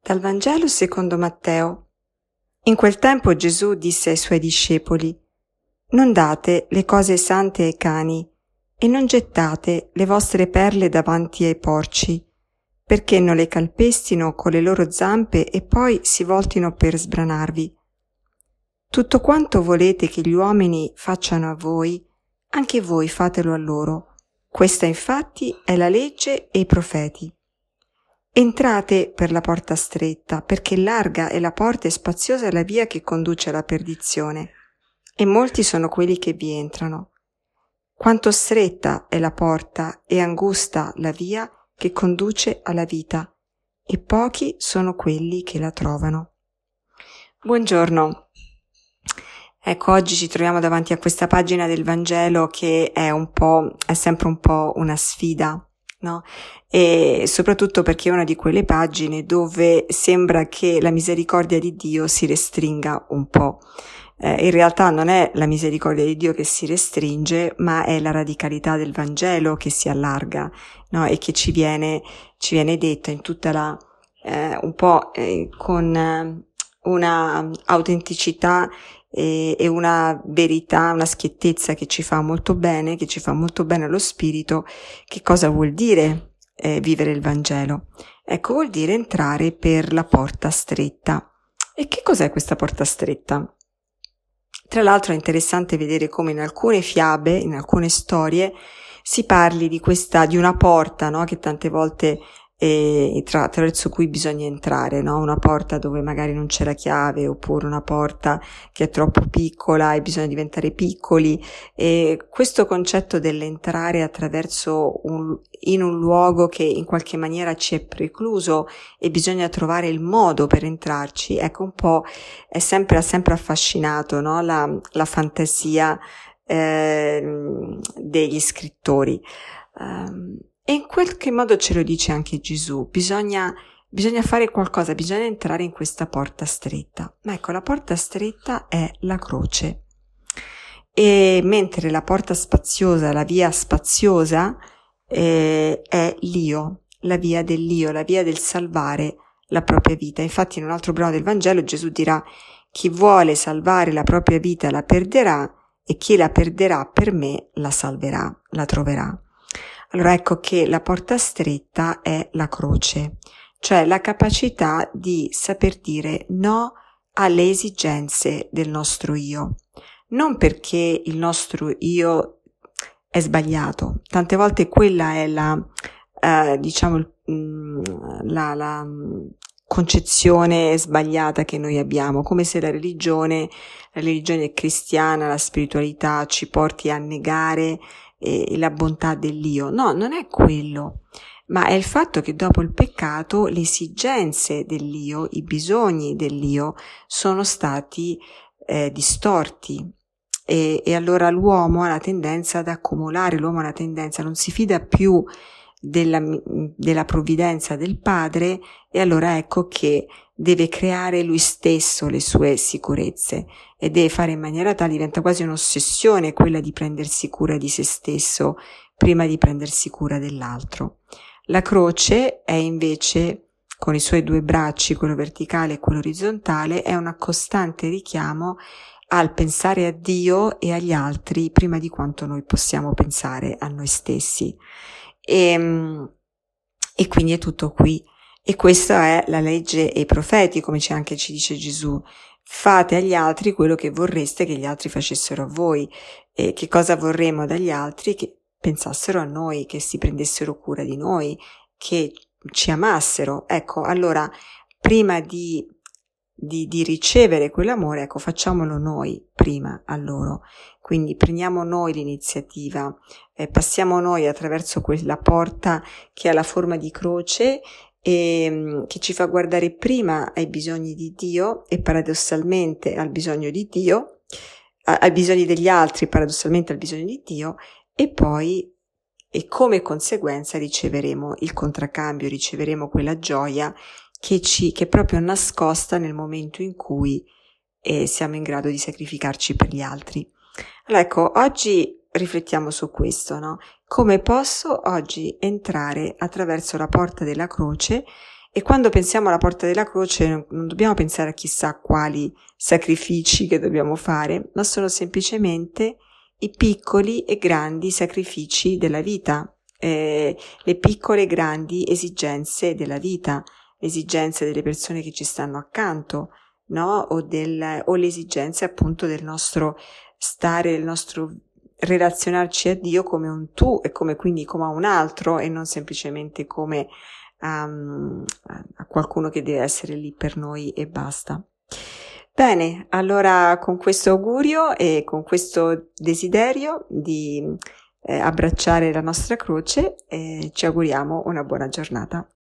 Dal Vangelo secondo Matteo. In quel tempo Gesù disse ai suoi discepoli: «Non date le cose sante ai cani e non gettate le vostre perle davanti ai porci, perché non le calpestino con le loro zampe e poi si voltino per sbranarvi. Tutto quanto volete che gli uomini facciano a voi, anche voi fatelo a loro. Questa infatti è la legge e i profeti. Entrate per la porta stretta, perché larga è la porta e spaziosa è la via che conduce alla perdizione, e molti sono quelli che vi entrano. Quanto stretta è la porta e angusta la via che conduce alla vita, e pochi sono quelli che la trovano». Buongiorno. Ecco, oggi ci troviamo davanti a questa pagina del Vangelo che è sempre un po' una sfida, no? E soprattutto perché è una di quelle pagine dove sembra che la misericordia di Dio si restringa un po'. In realtà non è la misericordia di Dio che si restringe, ma è la radicalità del Vangelo che si allarga, no? E che ci viene detta in tutta la con una autenticità e una verità, una schiettezza che ci fa molto bene allo spirito. Che cosa vuol dire vivere il Vangelo? Ecco, vuol dire entrare per la porta stretta. E che cos'è questa porta stretta? Tra l'altro è interessante vedere come in alcune fiabe, in alcune storie, si parli di una porta, no? Che tante volte attraverso cui bisogna entrare, no? Una porta dove magari non c'è la chiave, oppure una porta che è troppo piccola e bisogna diventare piccoli. E questo concetto dell'entrare attraverso in un luogo che in qualche maniera ci è precluso e bisogna trovare il modo per entrarci, ecco, un po' ha sempre affascinato, no? La fantasia degli scrittori. E in qualche modo ce lo dice anche Gesù, bisogna fare qualcosa, bisogna entrare in questa porta stretta. Ma ecco, la porta stretta è la croce. E mentre la porta spaziosa, la via spaziosa, è l'io, la via dell'io, la via del salvare la propria vita. Infatti in un altro brano del Vangelo Gesù dirà: «Chi vuole salvare la propria vita la perderà, e chi la perderà per me la salverà, la troverà». Allora ecco che la porta stretta è la croce, cioè la capacità di saper dire no alle esigenze del nostro io. Non perché il nostro io è sbagliato, tante volte quella è la concezione sbagliata che noi abbiamo, come se la religione cristiana, la spiritualità ci porti a negare la bontà dell'io. No, non è quello, ma è il fatto che dopo il peccato le esigenze dell'io, i bisogni dell'io sono stati distorti e allora l'uomo ha la tendenza ad accumulare, non si fida più della provvidenza del Padre, e allora ecco che deve creare lui stesso le sue sicurezze e deve fare in maniera tale, diventa quasi un'ossessione quella di prendersi cura di se stesso prima di prendersi cura dell'altro. La croce è invece, con i suoi due bracci, quello verticale e quello orizzontale, è un costante richiamo al pensare a Dio e agli altri prima di quanto noi possiamo pensare a noi stessi. E quindi è tutto qui. E questa è la legge e i profeti, come ci dice Gesù. Fate agli altri quello che vorreste che gli altri facessero a voi. E che cosa vorremmo dagli altri? Che pensassero a noi, che si prendessero cura di noi, che ci amassero. Ecco, allora, prima di ricevere quell'amore, ecco, facciamolo noi prima a loro. Quindi prendiamo noi l'iniziativa, passiamo noi attraverso quella porta che ha la forma di croce e che ci fa guardare prima ai bisogni di Dio e paradossalmente al bisogno di Dio, ai bisogni degli altri, paradossalmente al bisogno di Dio, e poi e come conseguenza riceveremo il contraccambio, riceveremo quella gioia che è proprio nascosta nel momento in cui siamo in grado di sacrificarci per gli altri. Allora ecco, oggi riflettiamo su questo, no? Come posso oggi entrare attraverso la porta della croce E quando pensiamo alla porta della croce non dobbiamo pensare a chissà quali sacrifici che dobbiamo fare, ma sono semplicemente i piccoli e grandi sacrifici della vita, le piccole e grandi esigenze della vita, le esigenze delle persone che ci stanno accanto, no? O le esigenze appunto del nostro stare, del nostro relazionarci a Dio come un tu e quindi come a un altro e non semplicemente come a qualcuno che deve essere lì per noi e basta. Bene, allora con questo augurio e con questo desiderio di abbracciare la nostra croce, ci auguriamo una buona giornata.